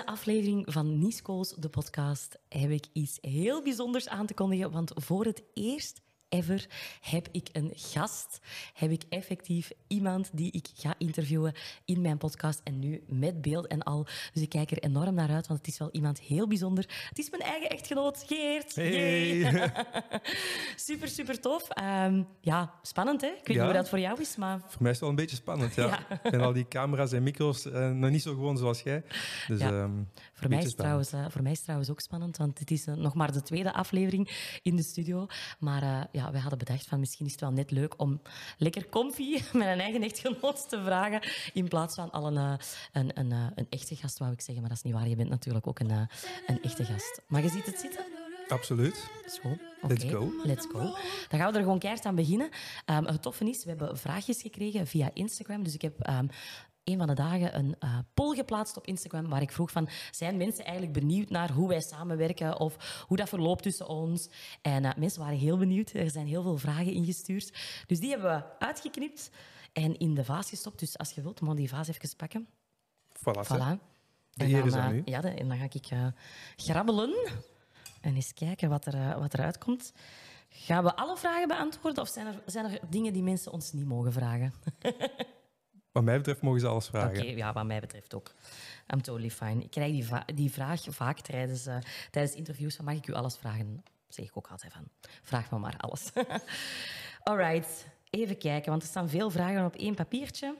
deze aflevering van Niescools, de podcast, heb ik iets heel bijzonders aan te kondigen. Want voor het eerst ever heb ik een gast. Heb ik effectief iemand die ik ga interviewen in mijn podcast. En nu met beeld en al. Dus ik kijk er enorm naar uit, want het is wel iemand heel bijzonder. Het is mijn eigen echtgenoot, Geert. Hey. Super, super tof. Ja, spannend hè? Ik weet niet hoe dat voor jou is, maar... Voor mij is het wel een beetje spannend, ja. Ja. En al die camera's en micro's, nog niet zo gewoon zoals jij. Dus, Ja. Voor mij is het trouwens ook spannend, want dit is nog maar de tweede aflevering in de studio. Maar ja, wij hadden bedacht van misschien is het wel net leuk om lekker comfy met een eigen echtgenoot te vragen, in plaats van al een echte gast, wou ik zeggen. Maar dat is niet waar, je bent natuurlijk ook een echte gast. Maar je ziet het zitten? Absoluut. Zo, Let's go. Let's go. Dan gaan we er gewoon keihard aan beginnen. Het toffe is, we hebben vraagjes gekregen via Instagram. Dus ik heb een van de dagen een poll geplaatst op Instagram waar ik vroeg van, zijn mensen eigenlijk benieuwd naar hoe wij samenwerken of hoe dat verloopt tussen ons? En mensen waren heel benieuwd. Er zijn heel veel vragen ingestuurd. Dus die hebben we uitgeknipt en in de vaas gestopt. Dus als je wilt, moet je die vaas even pakken. Voilà. En eer dan, is aan u. ja, en dan ga ik grabbelen en eens kijken wat eruit komt. Gaan we alle vragen beantwoorden of zijn er dingen die mensen ons niet mogen vragen? Wat mij betreft mogen ze alles vragen. Oké, ja, wat mij betreft ook. I'm totally fine. Ik krijg die vraag vaak tijdens interviews van mag ik u alles vragen? Dan zeg ik ook altijd van, vraag me maar alles. Alright, even kijken, want er staan veel vragen op één papiertje.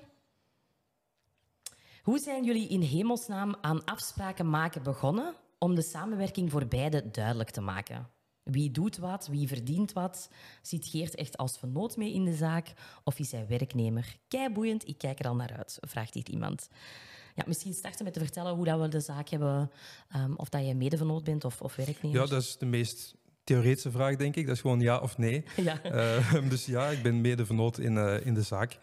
Hoe zijn jullie in hemelsnaam aan afspraken maken begonnen om de samenwerking voor beide duidelijk te maken? Wie doet wat? Wie verdient wat? Zit Geert echt als vernoot mee in de zaak? Of is hij werknemer? Keiboeiend, ik kijk er al naar uit, vraagt hier iemand. Ja, misschien starten met te vertellen hoe dat we de zaak hebben. Of dat jij medevernoot bent of werknemer. Ja, dat is de meest theoretische vraag, denk ik. Dat is gewoon ja of nee. Ja. Dus ja, ik ben medevernoot in de zaak.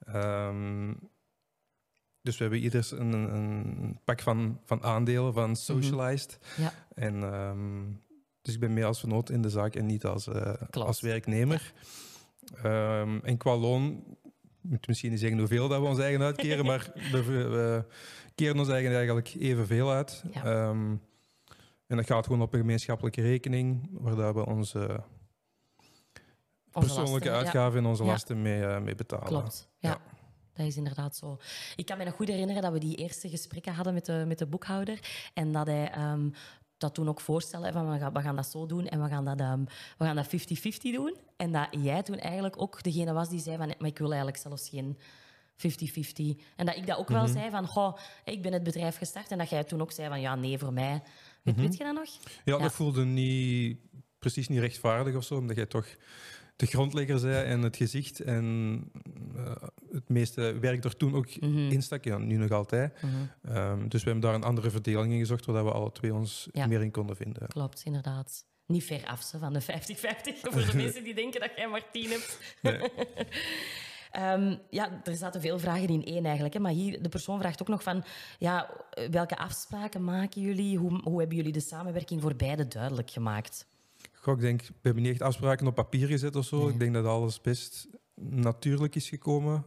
Dus we hebben ieders een pak van aandelen, van Socialized. Ja. En... Dus ik ben mee als vernoot in de zaak en niet als werknemer. Ja. En qua loon, ik moet misschien niet zeggen hoeveel dat we ons eigen uitkeren, maar we keren ons eigen eigenlijk evenveel uit. Ja. En dat gaat gewoon op een gemeenschappelijke rekening, waar dat we onze persoonlijke uitgaven en onze lasten mee betalen. Klopt, ja. Dat is inderdaad zo. Ik kan me nog goed herinneren dat we die eerste gesprekken hadden met de boekhouder en dat hij... dat toen ook voorstellen van we gaan dat zo doen en we gaan dat 50-50 doen. En dat jij toen eigenlijk ook degene was die zei van maar ik wil eigenlijk zelfs geen 50-50. En dat ik dat ook wel zei van goh, ik ben het bedrijf gestart. En dat jij toen ook zei van ja, nee, voor mij. Weet je dat nog? Ja, dat voelde precies niet rechtvaardig of zo, omdat jij toch de grondlegger zei en het gezicht en het meeste werk er toen ook instak. Ja, nu nog altijd. Dus we hebben daar een andere verdeling in gezocht, waar we alle twee ons meer in konden vinden. Klopt, inderdaad. Niet ver af van de 50-50, voor de mensen die denken dat jij maar 10 hebt. Nee. Ja, er zaten veel vragen in één eigenlijk. Hè. Maar hier, de persoon vraagt ook nog van... Ja, welke afspraken maken jullie? Hoe hebben jullie de samenwerking voor beide duidelijk gemaakt? Goh, ik denk, we hebben niet echt afspraken op papier gezet of zo. Nee. Ik denk dat alles best natuurlijk is gekomen.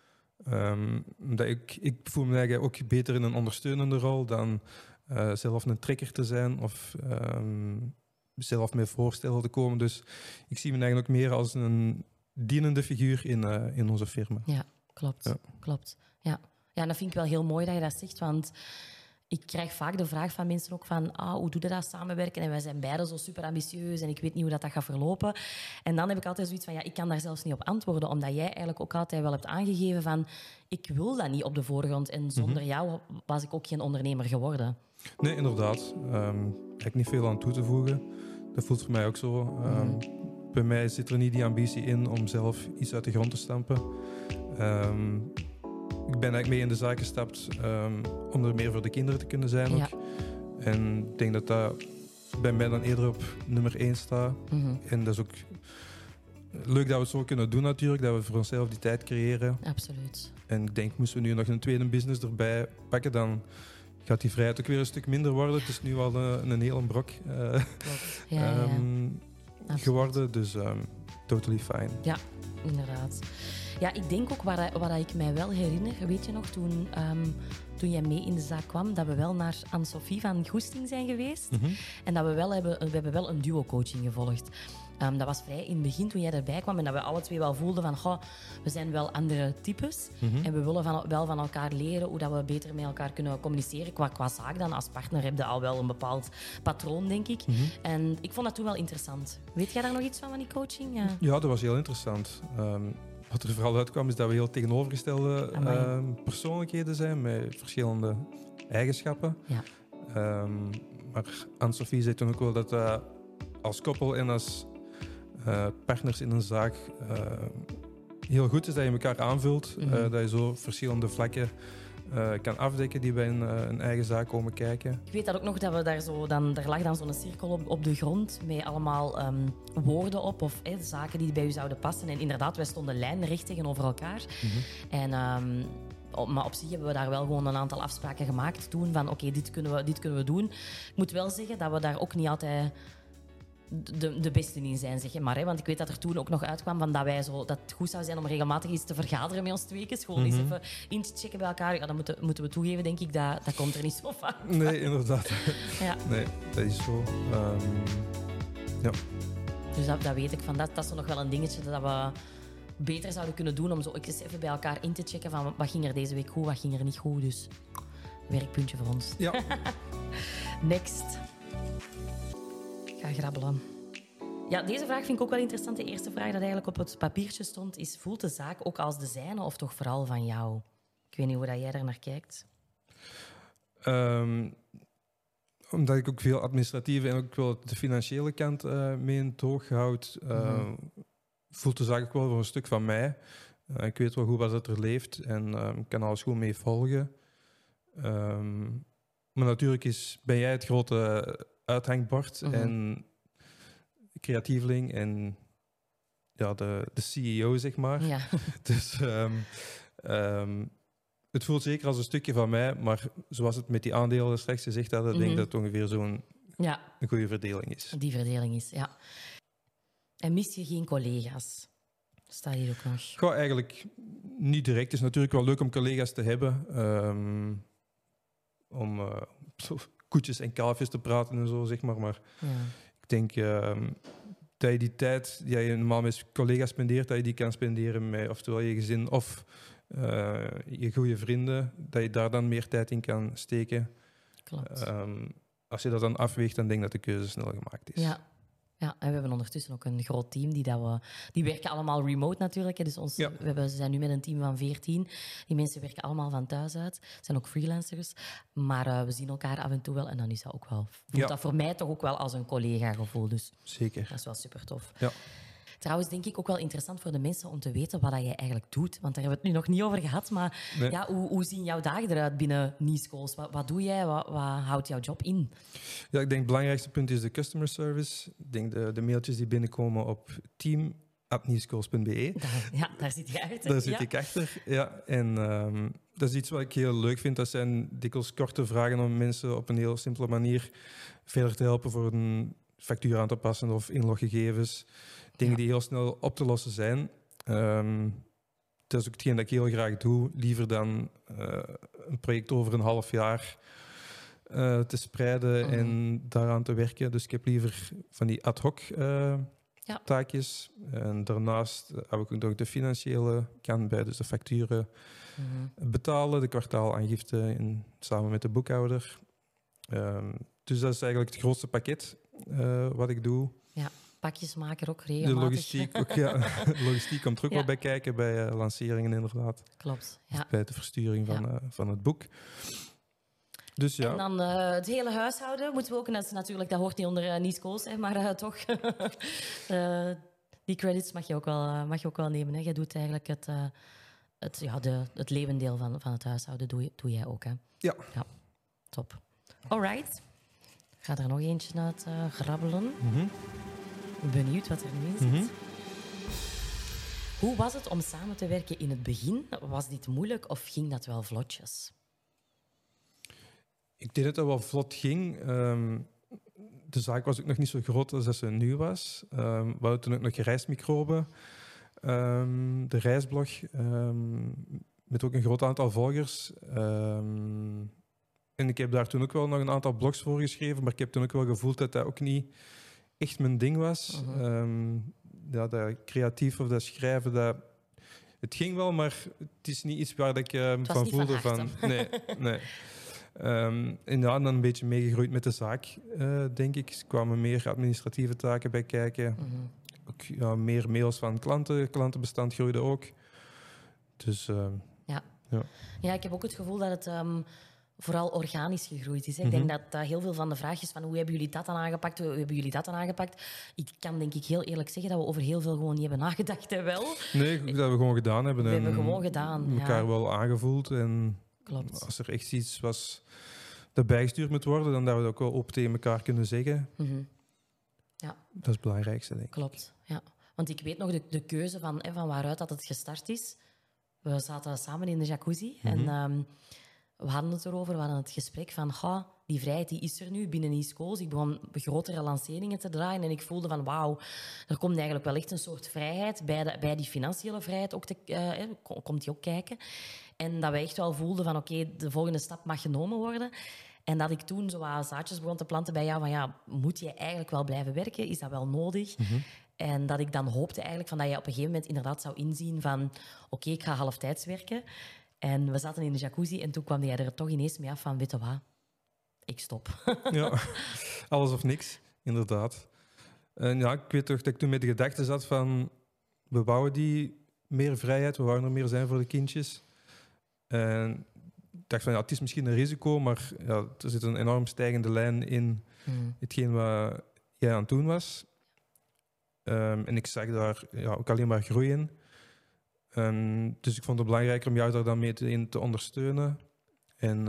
Ik voel me eigenlijk ook beter in een ondersteunende rol dan zelf een trekker te zijn of zelf met voorstellen te komen. Dus ik zie me eigenlijk ook meer als een dienende figuur in onze firma. Ja, klopt. Ja. Ja, en dat vind ik wel heel mooi dat je dat zegt, want ik krijg vaak de vraag van mensen ook van hoe doe je dat samenwerken? En wij zijn beiden zo super ambitieus en ik weet niet hoe dat gaat verlopen. En dan heb ik altijd zoiets van, ja, ik kan daar zelfs niet op antwoorden, omdat jij eigenlijk ook altijd wel hebt aangegeven van, ik wil dat niet op de voorgrond. En zonder jou was ik ook geen ondernemer geworden. Nee, inderdaad. Ik heb niet veel aan toe te voegen. Dat voelt voor mij ook zo. Bij mij zit er niet die ambitie in om zelf iets uit de grond te stampen. Ik ben eigenlijk mee in de zaak gestapt om er meer voor de kinderen te kunnen zijn ook. Ja. En ik denk dat dat bij mij dan eerder op nummer 1 staat. En dat is ook leuk dat we het zo kunnen doen natuurlijk, dat we voor onszelf die tijd creëren. Absoluut. En ik denk, moesten we nu nog een tweede business erbij pakken, dan gaat die vrijheid ook weer een stuk minder worden. Het is nu al een hele brok geworden, dus totally fine. Ja, inderdaad. Ja, ik denk ook wat ik mij wel herinner, weet je nog, toen jij mee in de zaak kwam, dat we wel naar Anne-Sophie van Goesting zijn geweest. En dat we hebben wel een duo-coaching gevolgd. Dat was vrij in het begin, toen jij erbij kwam, en dat we alle twee wel voelden van, goh, we zijn wel andere types. En we willen wel van elkaar leren hoe dat we beter met elkaar kunnen communiceren. Qua zaak dan, als partner heb je al wel een bepaald patroon, denk ik. En ik vond dat toen wel interessant. Weet jij daar nog iets van die coaching? Ja, dat was heel interessant. Wat er vooral uitkwam, is dat we heel tegenovergestelde persoonlijkheden zijn, met verschillende eigenschappen. Ja. Maar Anne-Sophie zei toen ook wel dat als koppel en als partners in een zaak heel goed is dat je elkaar aanvult. Dat je zo verschillende vlakken kan afdekken die bij een eigen zaak komen kijken. Ik weet dat ook nog, dat we daar lag dan zo'n cirkel op de grond met allemaal woorden op of zaken die bij u zouden passen. En inderdaad, wij stonden lijnrecht tegenover elkaar. En... maar op zich hebben we daar wel gewoon een aantal afspraken gemaakt toen van oké, dit kunnen we doen. Ik moet wel zeggen dat we daar ook niet altijd de beste in zijn, zeg maar. Hè? Want ik weet dat er toen ook nog uitkwam van dat het goed zou zijn om regelmatig eens te vergaderen met ons tweekens. Gewoon eens even in te checken bij elkaar. Ja, dat moeten we toegeven, denk ik. Dat komt er niet zo vaak. Nee, inderdaad. Ja. Nee, dat is zo. Ja. Dus dat weet ik. Dat is zo nog wel een dingetje dat we beter zouden kunnen doen om zo eens even bij elkaar in te checken van wat ging er deze week goed, wat ging er niet goed. Dus werkpuntje voor ons. Ja. Next. Ik ga grabbelen. Ja, deze vraag vind ik ook wel interessant. De eerste vraag dat eigenlijk op het papiertje stond is: voelt de zaak ook als de zijne of toch vooral van jou? Ik weet niet hoe dat jij daar naar kijkt. Omdat ik ook veel administratieve en ook wel de financiële kant mee in het oog houd, voelt de zaak ook wel voor een stuk van mij. Ik weet wel goed wat het er leeft en ik kan alles goed mee volgen. Maar natuurlijk ben jij het grote uithangbord en creatieveling en ja, de CEO, zeg maar. Ja. Dus het voelt zeker als een stukje van mij, maar zoals het met die aandelen straks gezegd hadden, denk ik dat het ongeveer zo'n een goede verdeling is. Die verdeling is, ja. En mis je geen collega's? Staat hier ook nog. Goh, eigenlijk niet direct. Het is natuurlijk wel leuk om collega's te hebben. Om koetjes en kalfjes te praten en zo, zeg maar. Maar ik denk dat je die tijd die je normaal met collega's spendeert, dat je die kan spenderen met oftewel je gezin of je goede vrienden, dat je daar dan meer tijd in kan steken. Klopt. Als je dat dan afweegt, dan denk ik dat de keuze snel gemaakt is. Ja. Ja, en we hebben ondertussen ook een groot team. Die werken allemaal remote natuurlijk. Hè. Dus ze zijn nu met een team van 14. Die mensen werken allemaal van thuis uit. Ze zijn ook freelancers. Maar we zien elkaar af en toe wel. En dan is dat ook wel... voelt dat voor mij toch ook wel als een collega-gevoel. Dus zeker. Dat is wel super tof. Ja. Trouwens, denk ik ook wel interessant voor de mensen om te weten wat jij eigenlijk doet. Want daar hebben we het nu nog niet over gehad. Maar ja, hoe zien jouw dagen eruit binnen Nice-Schools? Wat doe jij? Wat houdt jouw job in? Ja, ik denk het belangrijkste punt is de customer service. Ik denk de mailtjes die binnenkomen op team@niceschools.be. Ja, daar zit je achter. Daar zit ik achter, ja. En dat is iets wat ik heel leuk vind. Dat zijn dikwijls korte vragen om mensen op een heel simpele manier verder te helpen voor een factuur aan te passen of inloggegevens. Dingen die heel snel op te lossen zijn. Dat is ook hetgeen dat ik heel graag doe. Liever dan een project over een half jaar te spreiden en daaraan te werken. Dus ik heb liever van die ad hoc taakjes. En daarnaast heb ik ook nog de financiële kant bij. Dus de facturen betalen, de kwartaalaangifte samen met de boekhouder. Dus dat is eigenlijk het grootste pakket wat ik doe. Ja. Pakjesmaker ook regelmatig. De logistiek, ook, de logistiek komt er ook wel bij kijken, bij lanceringen inderdaad. Klopt, ja. Of bij de versturing van het boek. Dus ja. En dan het hele huishouden moeten we ook, en dat hoort niet onder Nice-Schools, maar toch. Die credits mag je ook wel nemen. Hè. Jij doet eigenlijk het levendeel van het huishouden, doe jij ook. Hè? Ja. Top. Alright. Ik ga er nog eentje uit grabbelen. Benieuwd wat er nu in zit. Hoe was het om samen te werken in het begin? Was dit moeilijk of ging dat wel vlotjes? Ik denk dat het wel vlot ging. De zaak was ook nog niet zo groot als dat ze nu was. We hadden toen ook nog rijstmicroben. de reisblog, met ook een groot aantal volgers. En ik heb daar toen ook wel nog een aantal blogs voor geschreven, maar ik heb toen ook wel gevoeld dat dat ook niet echt mijn ding was. Dat creatief of dat schrijven, het ging wel, maar het is niet iets waar ik van voelde van... Nee. En ja, dan een beetje meegegroeid met de zaak, denk ik. Er kwamen meer administratieve taken bij kijken. Ook meer mails van klanten. Klantenbestand groeide ook. Dus... Ja, ik heb ook het gevoel dat het vooral organisch gegroeid is. Hè. Ik denk dat heel veel van de vraag is van hoe hebben jullie dat dan aangepakt, hoe hebben jullie dat dan aangepakt. Ik kan denk ik heel eerlijk zeggen dat we over heel veel gewoon niet hebben nagedacht. Hè, wel. Nee, dat we gewoon gedaan hebben. We hebben gewoon gedaan. Elkaar wel aangevoeld. En klopt. Als er echt iets was dat bijgestuurd moet worden, dan dat we dat ook wel op tegen elkaar kunnen zeggen. Ja. Dat is het belangrijkste, denk ik. Klopt, ja. Want ik weet nog de keuze van waaruit dat het gestart is. We zaten samen in de jacuzzi en we hadden het erover. We hadden het gesprek van, die vrijheid die is er nu binnen East Coast. Ik begon grotere lanceringen te draaien en ik voelde van, wauw, er komt eigenlijk wel echt een soort vrijheid. Bij die financiële vrijheid ook komt die ook kijken. En dat we echt wel voelden van, oké, de volgende stap mag genomen worden. En dat ik toen zo wat zaadjes begon te planten bij jou van, moet je eigenlijk wel blijven werken? Is dat wel nodig? En dat ik dan hoopte eigenlijk van dat je op een gegeven moment inderdaad zou inzien van oké, ik ga halftijds werken. En we zaten in de jacuzzi en toen kwam jij er toch ineens mee af van weet je wat, ik stop. Ja, alles of niks, inderdaad. En ja, ik weet toch dat ik toen met de gedachte zat van we wouden die meer vrijheid, we wouden er meer zijn voor de kindjes. En ik dacht van het is misschien een risico, maar er zit een enorm stijgende lijn in hetgeen wat jij aan het doen was. En ik zag daar ook alleen maar groei in. Dus ik vond het belangrijker om jou daar dan mee in te ondersteunen. En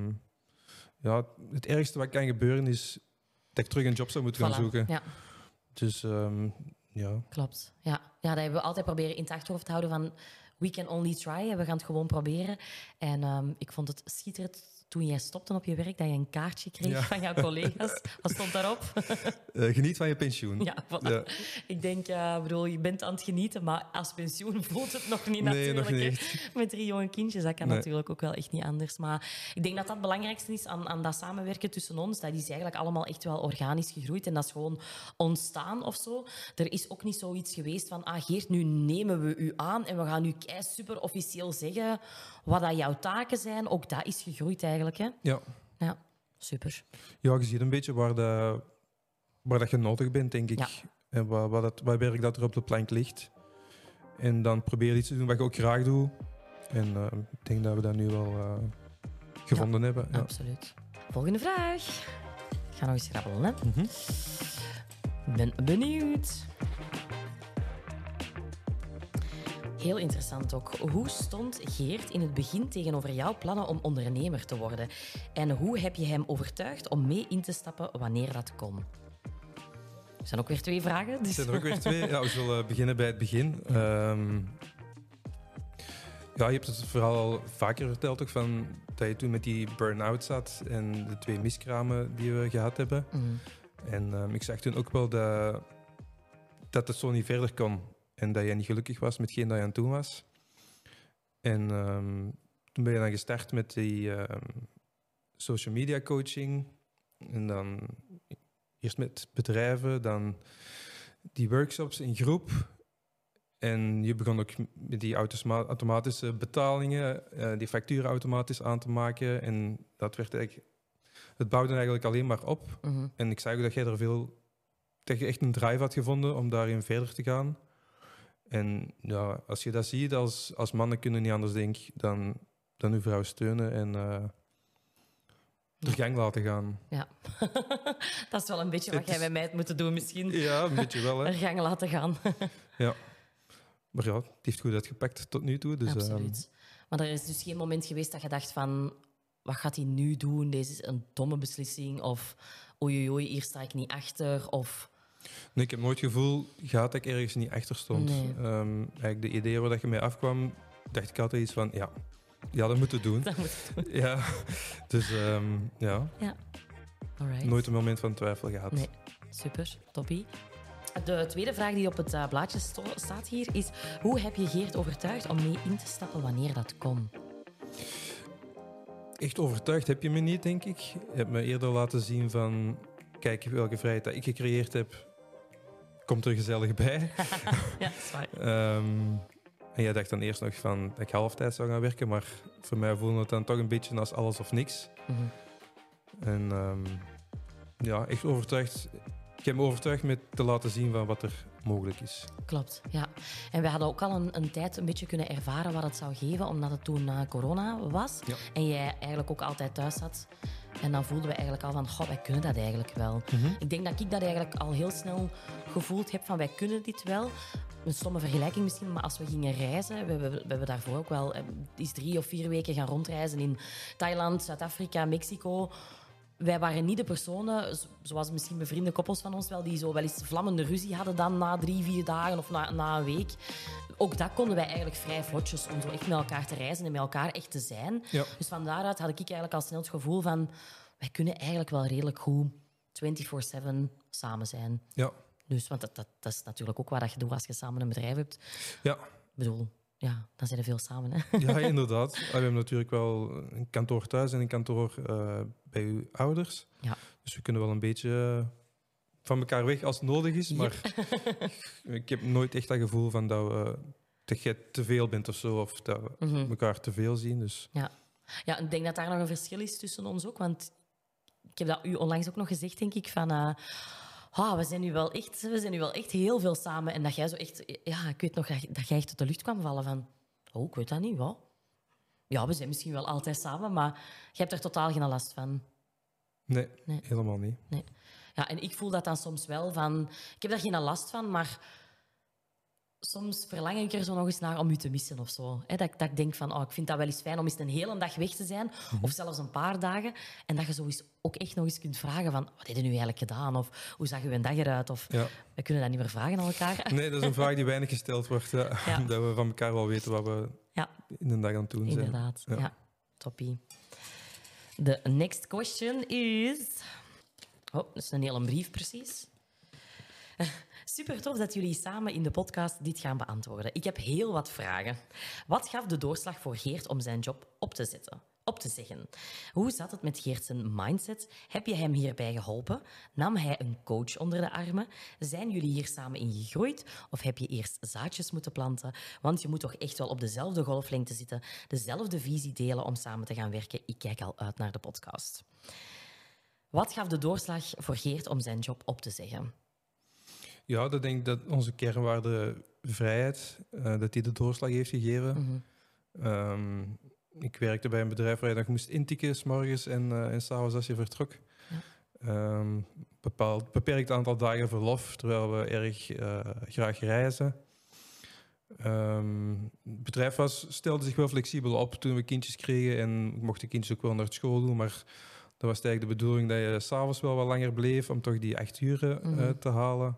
het ergste wat kan gebeuren is dat ik terug een job zou moeten gaan zoeken. Ja. Dus ja. Klopt. Ja, dat hebben we altijd proberen in het achterhoofd te houden van we can only try. We gaan het gewoon proberen. En ik vond het schitterend toen jij stopte op je werk, dat je een kaartje kreeg van jouw collega's. Wat stond daarop? Geniet van je pensioen. Ja, voilà. Ja. Ik denk, je bent aan het genieten, maar als pensioen voelt het nog niet nee, natuurlijk. Nog niet. Met 3 jonge kindjes, dat kan natuurlijk ook wel echt niet anders. Maar ik denk dat dat het belangrijkste is aan dat samenwerken tussen ons. Dat is eigenlijk allemaal echt wel organisch gegroeid en dat is gewoon ontstaan of zo. Er is ook niet zoiets geweest van, Geert, nu nemen we u aan en we gaan u super officieel zeggen wat dat jouw taken zijn. Ook dat is gegroeid eigenlijk, hè? Ja, super. Ja, je ziet een beetje waar dat je nodig bent, denk ik. Ja. En wat werk dat er op de plank ligt. En dan probeer iets te doen wat je ook graag doet. En ik denk dat we dat nu wel gevonden hebben. Ja. Absoluut. Volgende vraag. Ik ga nog eens grabbelen, hè? Ik ben benieuwd. Heel interessant ook. Hoe stond Geert in het begin tegenover jouw plannen om ondernemer te worden? En hoe heb je hem overtuigd om mee in te stappen wanneer dat kon? Er zijn ook weer 2 vragen. Dus. Er zijn er ook weer 2. Ja, we zullen beginnen bij het begin. Je hebt het verhaal al vaker verteld, ook van dat je toen met die burn-out zat en de 2 miskramen die we gehad hebben. En ik zag toen ook wel dat het zo niet verder kon. En dat jij niet gelukkig was met hetgeen dat je aan het doen was. En toen ben je dan gestart met die social media coaching. En dan eerst met bedrijven, dan die workshops in groep. En je begon ook met die automatische betalingen, die facturen automatisch aan te maken. En dat het bouwde eigenlijk alleen maar op. En ik zag ook dat jij dat je echt een drive had gevonden om daarin verder te gaan. En ja, als je dat ziet, als mannen kunnen niet anders, denk ik, dan uw vrouw steunen en de gang laten gaan. Ja, dat is wel een beetje wat jij bij mij hebt moeten doen misschien. Ja, een beetje wel. Hè. De gang laten gaan. Ja, maar ja, het heeft goed uitgepakt tot nu toe. Dus, absoluut. Maar er is dus geen moment geweest dat je dacht van, wat gaat hij nu doen? Deze is een domme beslissing. Of oei, hier sta ik niet achter. Of... Nee, ik heb nooit het gevoel gehad dat ik ergens niet achter stond. Nee. Eigenlijk de ideeën waar je mee afkwam, dacht ik altijd iets van, ja, dat moeten we doen. Dat moet doen. Ja, dus ja. Alright. Nooit een moment van twijfel gehad. Nee, super, toppie. De tweede vraag die op het blaadje staat hier is... Hoe heb je Geert overtuigd om mee in te stappen wanneer dat kon? Echt overtuigd heb je me niet, denk ik. Je hebt me eerder laten zien van... Kijk, welke vrijheid dat ik gecreëerd heb, komt er gezellig bij. Ja, dat is waar. En jij dacht dan eerst nog van dat ik halftijd zou gaan werken, maar voor mij voelde het dan toch een beetje als alles of niks. Mm-hmm. En ja, echt overtuigd. Ik heb me overtuigd met te laten zien van wat er mogelijk is. Klopt, ja. En we hadden ook al een tijd een beetje kunnen ervaren wat het zou geven, omdat het toen corona was. Ja. En jij eigenlijk ook altijd thuis zat. En dan voelden we eigenlijk al van, wij kunnen dat eigenlijk wel. Mm-hmm. Ik denk dat ik dat eigenlijk al heel snel gevoeld heb van, wij kunnen dit wel. Een stomme vergelijking misschien, maar als we gingen reizen, we hebben daarvoor ook wel eens 3 of 4 weken gaan rondreizen in Thailand, Zuid-Afrika, Mexico. Wij waren niet de personen, zoals misschien bevriende koppels van ons wel, die zo wel eens vlammende ruzie hadden dan na 3, 4 dagen of na een week. Ook dat konden wij eigenlijk vrij vlotjes om zo echt met elkaar te reizen en met elkaar echt te zijn. Ja. Dus van daaruit had ik eigenlijk al snel het gevoel van, wij kunnen eigenlijk wel redelijk goed 24/7 samen zijn. Ja. Dus, want dat is natuurlijk ook wat je doet als je samen een bedrijf hebt. Ja. Ik bedoel, ja, dan zijn er veel samen. Hè? Ja, inderdaad. We hebben natuurlijk wel een kantoor thuis en een kantoor bij uw ouders. Ja. Dus we kunnen wel een beetje van elkaar weg als het nodig is. Maar ik heb nooit echt dat gevoel van dat je te veel bent of zo. Of dat we elkaar te veel zien. Dus. Ja, ik denk dat daar nog een verschil is tussen ons ook. Want ik heb dat u onlangs ook nog gezegd, denk ik, van... we zijn nu wel echt heel veel samen. En dat jij zo echt... Ja, ik weet nog dat jij echt uit de lucht kwam vallen van... ik weet dat niet, wat? Ja, we zijn misschien wel altijd samen, maar je hebt er totaal geen last van. Nee, helemaal niet. Nee. Ja, en ik voel dat dan soms wel van... Ik heb daar geen last van, maar... Soms verlang ik er zo nog eens naar om u te missen of zo. Dat ik denk van, ik vind dat wel eens fijn om eens een hele dag weg te zijn. Of zelfs een paar dagen. En dat je zo eens ook echt nog eens kunt vragen van, wat heb je nu eigenlijk gedaan? Of hoe zag uw dag eruit? Of we kunnen dat niet meer vragen aan elkaar. Nee, dat is een vraag die weinig gesteld wordt. Ja. Dat we van elkaar wel weten wat we in de dag aan het doen zijn. Inderdaad, ja. Toppie. The next question is... dat is een hele brief precies. Super tof dat jullie samen in de podcast dit gaan beantwoorden. Ik heb heel wat vragen. Wat gaf de doorslag voor Geert om zijn job op te zeggen? Hoe zat het met Geert zijn mindset? Heb je hem hierbij geholpen? Nam hij een coach onder de armen? Zijn jullie hier samen in gegroeid? Of heb je eerst zaadjes moeten planten? Want je moet toch echt wel op dezelfde golflengte zitten, dezelfde visie delen om samen te gaan werken. Ik kijk al uit naar de podcast. Wat gaf de doorslag voor Geert om zijn job op te zeggen? Ja, dat denk ik dat onze kernwaarde vrijheid, dat die de doorslag heeft gegeven. Ik werkte bij een bedrijf waar je nog moest intikken 's morgens en 's avonds als je vertrok. Ja. Beperkt aantal dagen verlof, terwijl we erg graag reizen. Het bedrijf stelde zich wel flexibel op toen we kindjes kregen en mochten kindjes ook wel naar school doen, maar dat was eigenlijk de bedoeling dat je 's avonds wel wat langer bleef om toch die 8 uur te halen.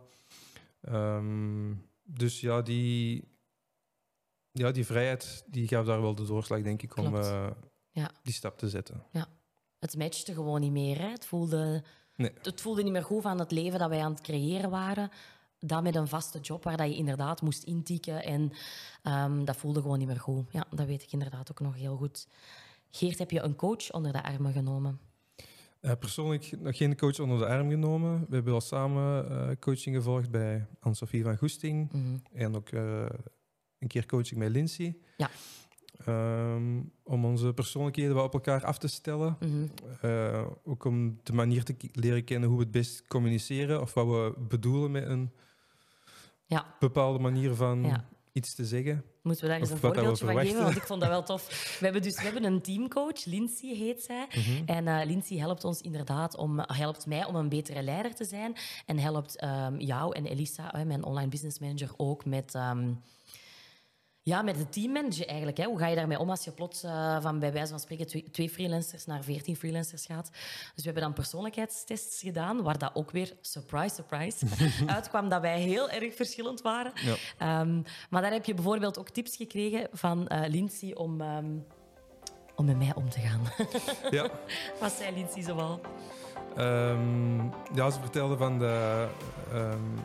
Dus ja, die vrijheid die gaf daar wel de doorslag, denk ik, om die stap te zetten. Ja, het matchte gewoon niet meer. Hè? Het voelde niet meer goed van het leven dat wij aan het creëren waren. Dat met een vaste job waar dat je inderdaad moest intikken. En dat voelde gewoon niet meer goed. Ja, dat weet ik inderdaad ook nog heel goed. Geert, heb je een coach onder de armen genomen? Persoonlijk nog geen coach onder de arm genomen. We hebben al samen coaching gevolgd bij Anne-Sophie van Goesting. En ook een keer coaching bij Lindsay. Ja. Om onze persoonlijkheden wat op elkaar af te stellen. Ook om de manier te leren kennen hoe we het best communiceren. Of wat we bedoelen met een bepaalde manier van iets te zeggen. Moeten we daar eens een voorbeeldje van geven? Want ik vond dat wel tof. We hebben een teamcoach, Lindsay heet zij. En Lindsay helpt mij om een betere leider te zijn. En helpt jou en Elisa, mijn online business manager, ook met het teammanagen eigenlijk. Hè. Hoe ga je daarmee om als je plots van bij wijze van spreken 2 freelancers naar 14 freelancers gaat? Dus we hebben dan persoonlijkheidstests gedaan, waar dat ook weer, surprise, surprise, uitkwam dat wij heel erg verschillend waren. Ja. Maar daar heb je bijvoorbeeld ook tips gekregen van Lindsay om met mij om te gaan. Ja. Wat zei Lindsay zoal? Ze vertelde van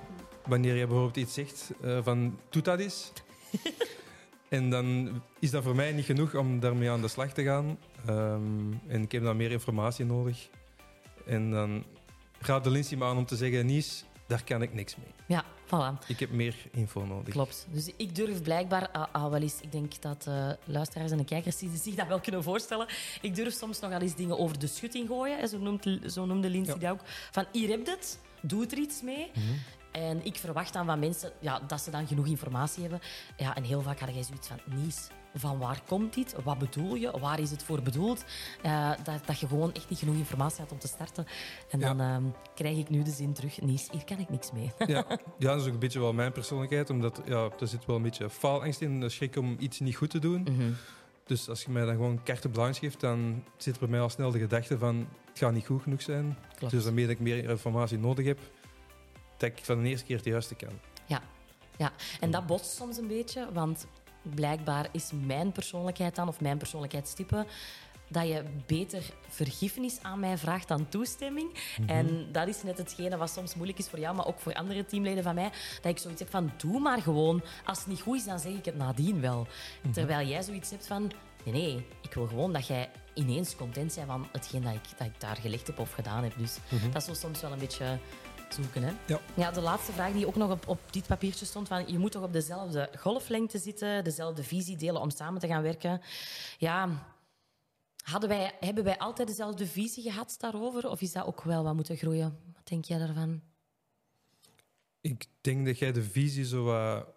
wanneer je bijvoorbeeld iets zegt van doe dat eens. En dan is dat voor mij niet genoeg om daarmee aan de slag te gaan. En ik heb dan meer informatie nodig. En dan raadde Lindsay me aan om te zeggen, Nies, daar kan ik niks mee. Ja, voilà. Ik heb meer info nodig. Klopt. Dus ik durf blijkbaar, wel eens, ik denk dat luisteraars en de kijkers zich dat wel kunnen voorstellen. Ik durf soms nog al eens dingen over de schutting gooien. Hè, zo noemde Lindsay dat ook. Van, hier heb je het, doe er iets mee. Mm-hmm. En ik verwacht dan van mensen dat ze dan genoeg informatie hebben. Ja, en heel vaak had jij zoiets van, Nies, van waar komt dit? Wat bedoel je? Waar is het voor bedoeld? Dat je gewoon echt niet genoeg informatie had om te starten. En dan krijg ik nu de zin terug, Nies, hier kan ik niks mee. Ja, dat is ook een beetje wel mijn persoonlijkheid. Omdat er zit wel een beetje faalangst in. De schrik om iets niet goed te doen. Mm-hmm. Dus als je mij dan gewoon carte blanche geeft, dan zit bij mij al snel de gedachte van, het gaat niet goed genoeg zijn. Klopt. Dus daarmee dat ik meer informatie nodig heb, dat ik van de eerste keer het juiste kan. Ja. En dat botst soms een beetje, want blijkbaar is mijn persoonlijkheid dan, of mijn persoonlijkheidstype, dat je beter vergiffenis aan mij vraagt dan toestemming. Mm-hmm. En dat is net hetgene wat soms moeilijk is voor jou, maar ook voor andere teamleden van mij, dat ik zoiets heb van, doe maar gewoon. Als het niet goed is, dan zeg ik het nadien wel. Mm-hmm. Terwijl jij zoiets hebt van, nee, ik wil gewoon dat jij ineens content bent van hetgeen dat ik daar gelegd heb of gedaan heb. Dus dat is zo soms wel een beetje zoeken. Hè? Ja, de laatste vraag die ook nog op dit papiertje stond, van, je moet toch op dezelfde golflengte zitten, dezelfde visie delen om samen te gaan werken. Ja, hebben wij altijd dezelfde visie gehad daarover? Of is dat ook wel wat moeten groeien? Wat denk jij daarvan? Ik denk dat jij de visie zo wat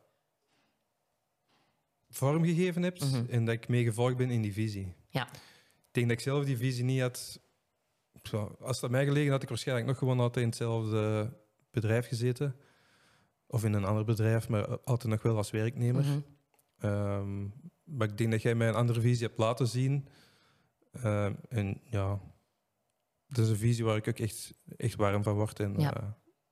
vormgegeven hebt en dat ik meegevolgd ben in die visie. Ja. Ik denk dat ik zelf die visie niet had. Als het aan mij gelegen had ik waarschijnlijk nog gewoon altijd in hetzelfde bedrijf gezeten. Of in een ander bedrijf, maar altijd nog wel als werknemer. Mm-hmm. Maar ik denk dat jij mij een andere visie hebt laten zien. En ja, dat is een visie waar ik ook echt warm van word. En, ja.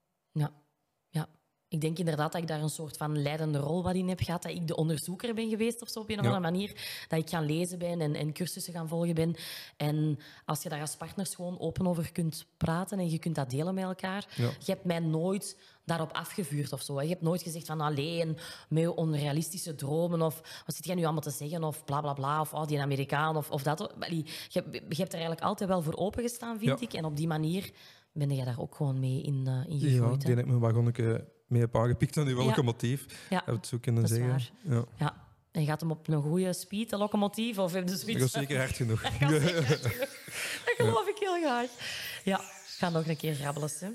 Ik denk inderdaad dat ik daar een soort van leidende rol wat in heb gehad. Dat ik de onderzoeker ben geweest of zo op een of andere manier. Dat ik gaan lezen ben en cursussen gaan volgen ben. En als je daar als partners gewoon open over kunt praten en je kunt dat delen met elkaar. Ja. Je hebt mij nooit daarop afgevuurd of zo. Je hebt nooit gezegd van alleen met je onrealistische dromen of wat zit jij nu allemaal te zeggen of bla bla bla of die Amerikaan of dat. Je hebt er eigenlijk altijd wel voor opengestaan, vind ik. En op die manier ben jij daar ook gewoon mee in gegroeid. Ja, ik denk dat ik mijn wagonnetje mee heb aangepikt aan uw locomotief. Ja, het zo kunnen zeggen. Ja. En gaat hem op een goede speed, de locomotief? Of heb je zoiets? Dat gaat zeker hard genoeg. Dat geloof ik heel graag. Ja, ik ga nog een keer grabbelen. Hè.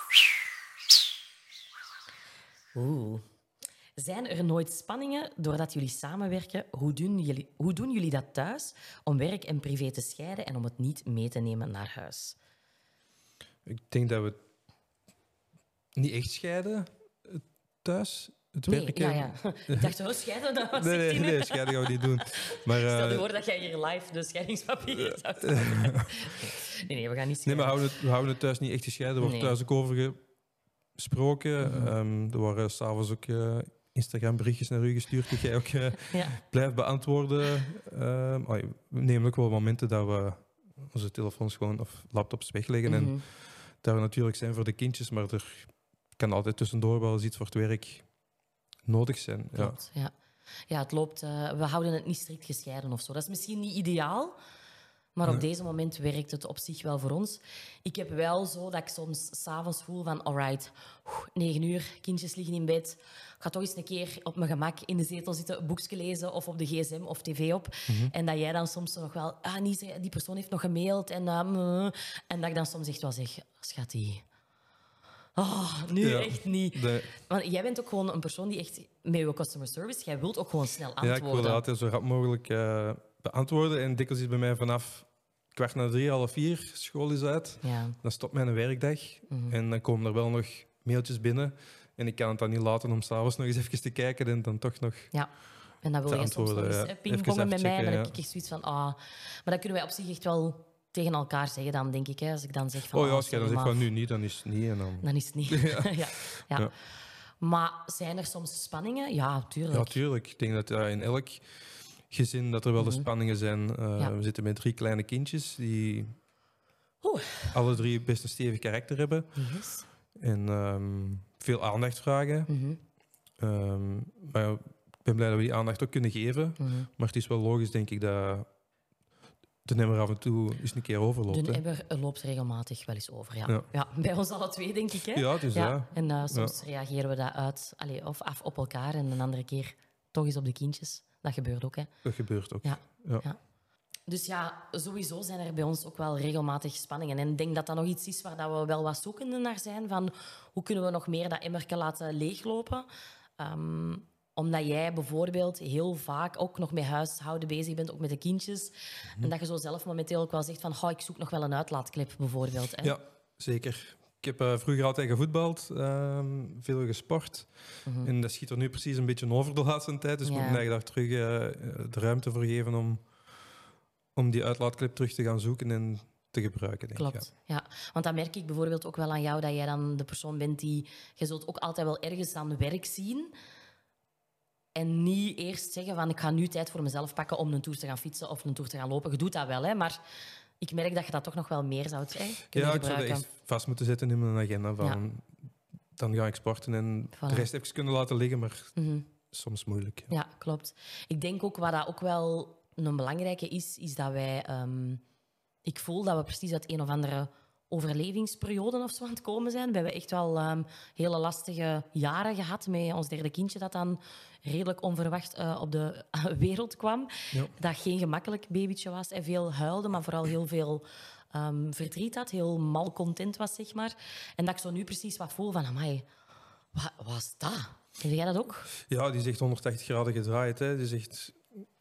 Oeh. Zijn er nooit spanningen doordat jullie samenwerken? Hoe doen jullie dat thuis om werk en privé te scheiden en om het niet mee te nemen naar huis? Ik denk dat we niet echt scheiden thuis. Het werken. Ja. Ik dacht, scheiden, dat was nee, scheiden gaan we niet doen. Maar, stel je voor dat jij hier live de scheidingspapieren zou doen. Nee, we gaan niet scheiden. Nee, maar we houden het thuis niet echt gescheiden. Er wordt thuis ook over gesproken. Mm-hmm. Er waren s'avonds ook Instagram-berichtjes naar u gestuurd die jij ook blijft beantwoorden. We nemen ook wel momenten dat we onze telefoons gewoon of laptops wegleggen. Mm-hmm. En dat we natuurlijk zijn voor de kindjes, maar er kan altijd tussendoor wel eens iets voor het werk nodig zijn. Klopt, ja, het loopt. We houden het niet strikt gescheiden of zo. Dat is misschien niet ideaal, maar op deze moment werkt het op zich wel voor ons. Ik heb wel zo dat ik soms 's avonds voel van, alright, 9 uur, kindjes liggen in bed. Ik ga toch eens een keer op mijn gemak in de zetel zitten, een boekje lezen of op de gsm of tv op. Mm-hmm. En dat jij dan soms nog wel, die persoon heeft nog gemaild. En dat ik dan soms echt wel zeg, schattie, nu echt niet. Want jij bent ook gewoon een persoon die echt met je customer service, jij wilt ook gewoon snel antwoorden. Ja, ik wil altijd zo rap mogelijk beantwoorden. En dikwijls is bij mij vanaf 3:15, 4, school is uit. Ja. Dan stopt mijn werkdag. Mm-hmm. En dan komen er wel nog mailtjes binnen. En ik kan het dan niet laten om s'avonds nog eens even te kijken en dan toch nog en dan wil je soms nog eens pingpongen met mij. En dan heb ik echt zoiets van, maar dat kunnen wij op zich echt wel tegen elkaar zeggen dan, denk ik. Hè, als ik dan zeg van... als jij dan zegt van nu niet, dan is het niet. En dan is het niet. ja. Maar zijn er soms spanningen? Ja, tuurlijk. Ja, tuurlijk. Ik denk dat in elk gezin dat er wel de spanningen zijn. We zitten met 3 kleine kindjes die alle 3 best een stevig karakter hebben. Yes. En veel aandacht vragen. Maar ja, ik ben blij dat we die aandacht ook kunnen geven. Maar het is wel logisch, denk ik, dat de emmer af en toe eens een keer overloopt. De emmer loopt regelmatig wel eens over, ja. Ja, bij ons alle twee, denk ik. Hè? Ja, dus ja. En soms reageren we dat uit, of af op elkaar en een andere keer toch eens op de kindjes. Dat gebeurt ook, hè. Dat gebeurt ook. Ja. Dus ja, sowieso zijn er bij ons ook wel regelmatig spanningen. En ik denk dat dat nog iets is waar dat we wel wat zoekende naar zijn. Van hoe kunnen we nog meer dat emmerke laten leeglopen? Omdat jij bijvoorbeeld heel vaak ook nog met huishouden bezig bent, ook met de kindjes. En dat je zo zelf momenteel ook wel zegt van ik zoek nog wel een uitlaatklep, bijvoorbeeld. Hè? Ja, zeker. Ik heb vroeger altijd gevoetbald, veel gesport. En dat schiet er nu precies een beetje over de laatste tijd. Dus ik moet me eigenlijk daar terug de ruimte voor geven om die uitlaatklep terug te gaan zoeken en te gebruiken, denk ik. Klopt, ja. Want dat merk ik bijvoorbeeld ook wel aan jou, dat jij dan de persoon bent die... Je zult ook altijd wel ergens aan werk zien en niet eerst zeggen van ik ga nu tijd voor mezelf pakken om een toer te gaan fietsen of een toer te gaan lopen. Je doet dat wel, hè, maar ik merk dat je dat toch nog wel meer zou kunnen gebruiken. Ik zou dat echt vast moeten zetten in mijn agenda. Dan ga ik sporten en de rest even kunnen laten liggen, maar soms moeilijk. Ja, klopt. Ik denk ook wat dat ook wel een belangrijke is dat wij... ik voel dat we precies uit een of andere overlevingsperiode of zo aan het komen zijn. We hebben echt wel hele lastige jaren gehad met ons derde kindje dat dan redelijk onverwacht op de wereld kwam. Ja. Dat geen gemakkelijk babytje was en veel huilde, maar vooral heel veel verdriet had. Heel malcontent was, zeg maar. En dat ik zo nu precies wat voel van, amai, wat was dat? Heb jij dat ook? Ja, die is echt 180 graden gedraaid. Hè. Die is echt...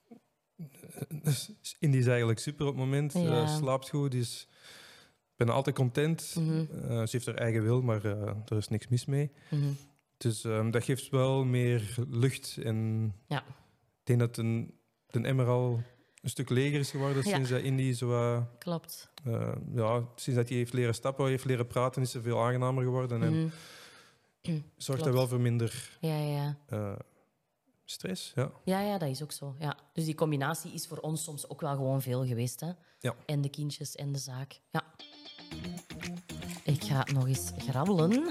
Indy is eigenlijk super op het moment. Slaapt goed, is... Ik ben altijd content. Ze heeft haar eigen wil, maar er is niks mis mee. Dus dat geeft wel meer lucht. En ik denk dat de emmer al een stuk leger is geworden sinds dat Indy zo... Klopt. Sinds dat hij heeft leren stappen, heeft leren praten, is ze veel aangenamer geworden. En zorgt er wel voor minder stress. Ja, dat is ook zo. Ja. Dus die combinatie is voor ons soms ook wel gewoon veel geweest. Hè? Ja. En de kindjes en de zaak. Ja. Ik ga nog eens grabbelen.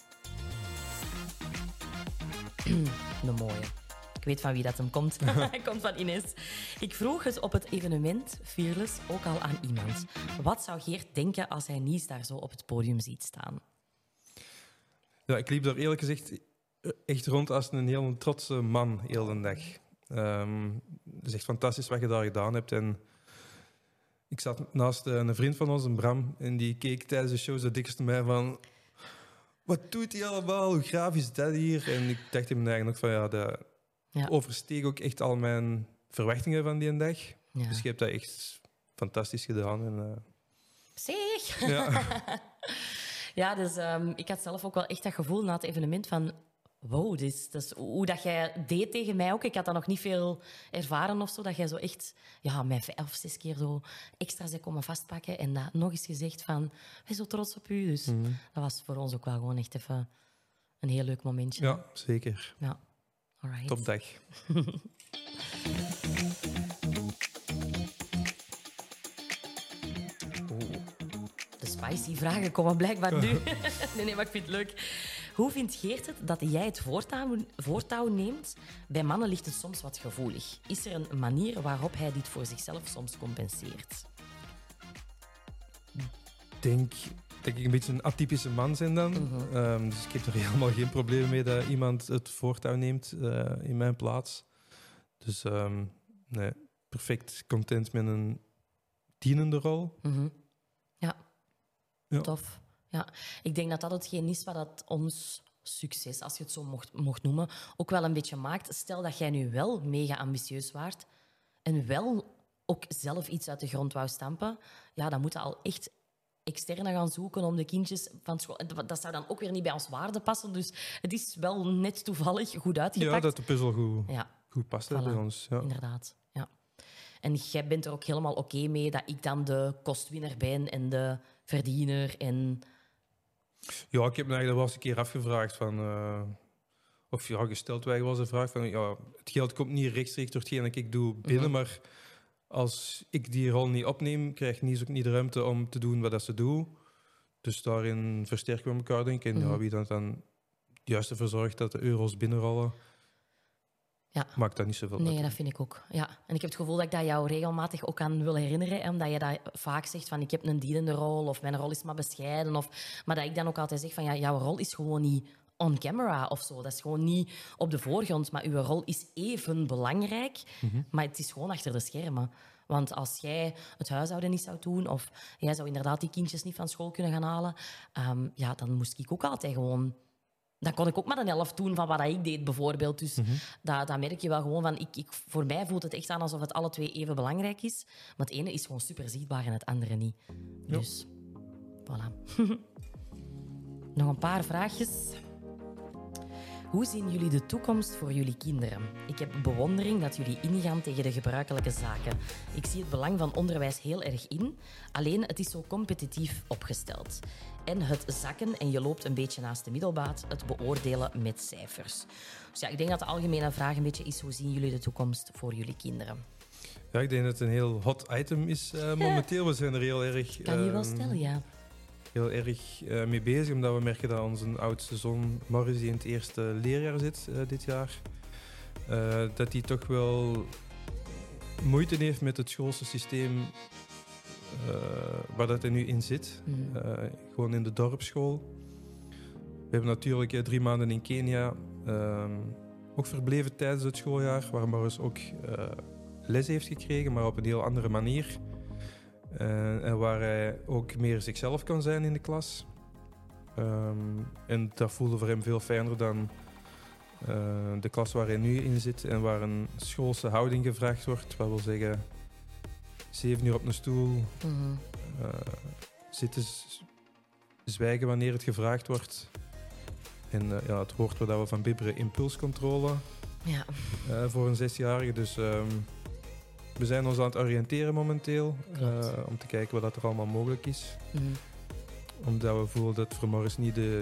De mooie. Ik weet van wie dat hem komt. Hij komt van Ines. Ik vroeg het op het evenement Fearless ook al aan iemand. Wat zou Geert denken als hij Nies daar zo op het podium ziet staan? Ja, ik liep daar eerlijk gezegd echt rond als een heel trotse man heel de dag. Het is echt fantastisch wat je daar gedaan hebt. En ik zat naast een vriend van ons, een Bram, en die keek tijdens de show zo dikste mij van... Wat doet hij allemaal? Hoe gaaf is dat hier? En ik dacht in mijn eigen ook van dat oversteeg ook echt al mijn verwachtingen van die dag. Ja. Dus je hebt dat echt fantastisch gedaan. En, zeg! Ja. Ja, dus ik had zelf ook wel echt dat gevoel na het evenement van... Wow, dus hoe dat jij deed tegen mij ook. Ik had dat nog niet veel ervaren of zo. Dat jij zo echt mij 5 of 6 keer zo extra zei komen vastpakken. En dat nog eens gezegd van... Wij zijn zo trots op u. Dus dat was voor ons ook wel gewoon echt even een heel leuk momentje. Ja, zeker. Ja, alright. Topdag. De spicy vragen komen blijkbaar nu. Nee, maar ik vind het leuk. Hoe vindt Geert het dat jij het voortouw neemt? Bij mannen ligt het soms wat gevoelig. Is er een manier waarop hij dit voor zichzelf soms compenseert? Ik denk dat ik een beetje een atypische man ben dan. Dus ik heb er helemaal geen probleem mee dat iemand het voortouw neemt in mijn plaats. Dus nee, perfect content met een dienende rol. Ja, tof. Ja, ik denk dat dat hetgeen is wat dat ons succes, als je het zo mocht noemen, ook wel een beetje maakt. Stel dat jij nu wel mega ambitieus waart en wel ook zelf iets uit de grond wou stampen, dan moet je al echt externe gaan zoeken om de kindjes van school... Dat zou dan ook weer niet bij ons waarde passen, dus het is wel net toevallig goed uitgepakt. Ja, dat de puzzel goed past bij ons. Ja. Inderdaad, ja. En jij bent er ook helemaal oké mee dat ik dan de kostwinner ben en de verdiener en... Ja, ik heb me eigenlijk wel eens een keer afgevraagd van... of gesteld was de vraag van... het geld komt niet rechtstreeks door hetgeen dat ik doe binnen, maar als ik die rol niet opneem, krijgt Nies ook niet de ruimte om te doen wat dat ze doet. Dus daarin versterken we elkaar, denk ik. En wie dat dan juist ervoor zorgt dat de euro's binnenrollen, Ja. maakt dat niet zoveel Nee, uit. dat vind ik ook. Ja. En ik heb het gevoel dat ik dat jou regelmatig ook aan wil herinneren. Hè, omdat je dat vaak zegt van ik heb een dienende rol of mijn rol is maar bescheiden. Maar dat ik dan ook altijd zeg van ja, jouw rol is gewoon niet on camera of zo. Dat is gewoon niet op de voorgrond. Maar uw rol is even belangrijk. Maar het is gewoon achter de schermen. Want als jij het huishouden niet zou doen of jij zou inderdaad die kindjes niet van school kunnen gaan halen, ja, dan moest ik ook altijd gewoon... Dan kon ik ook maar een helft doen van wat ik deed, bijvoorbeeld. Dus dat merk je wel gewoon van... Voor mij voelt het echt aan alsof het alle twee even belangrijk is. Maar het ene is gewoon super zichtbaar en het andere niet. Ja. Dus, voilà. Nog een paar vraagjes. Hoe zien jullie de toekomst voor jullie kinderen? Ik heb bewondering dat jullie ingaan tegen de gebruikelijke zaken. Ik zie het belang van onderwijs heel erg in. Alleen, het is zo competitief opgesteld. En het zakken en je loopt een beetje naast de middelmaat, het beoordelen met cijfers. Dus ja, ik denk dat de algemene vraag een beetje is, hoe zien jullie de toekomst voor jullie kinderen? Ja, ik denk dat het een heel hot item is momenteel. We zijn er heel erg... Kan je wel stellen, ja. Heel erg mee bezig, omdat we merken dat onze oudste zoon Morris, die in het eerste leerjaar zit dit jaar, dat hij toch wel moeite heeft met het schoolse systeem waar dat hij nu in zit. Gewoon in de dorpsschool. We hebben natuurlijk 3 maanden in Kenia ook verbleven tijdens het schooljaar, waar Morris ook les heeft gekregen, maar op een heel andere manier. En waar hij ook meer zichzelf kan zijn in de klas. En dat voelde voor hem veel fijner dan de klas waar hij nu in zit en waar een schoolse houding gevraagd wordt. Wat wil zeggen 7 uur op een stoel, zitten, zwijgen wanneer het gevraagd wordt. En ja, het woord waar we van bibberen, impulscontrole, Ja. voor een 6-jarige. Dus we zijn ons aan het oriënteren momenteel, om te kijken wat er allemaal mogelijk is. Omdat we voelen dat voor Morris niet de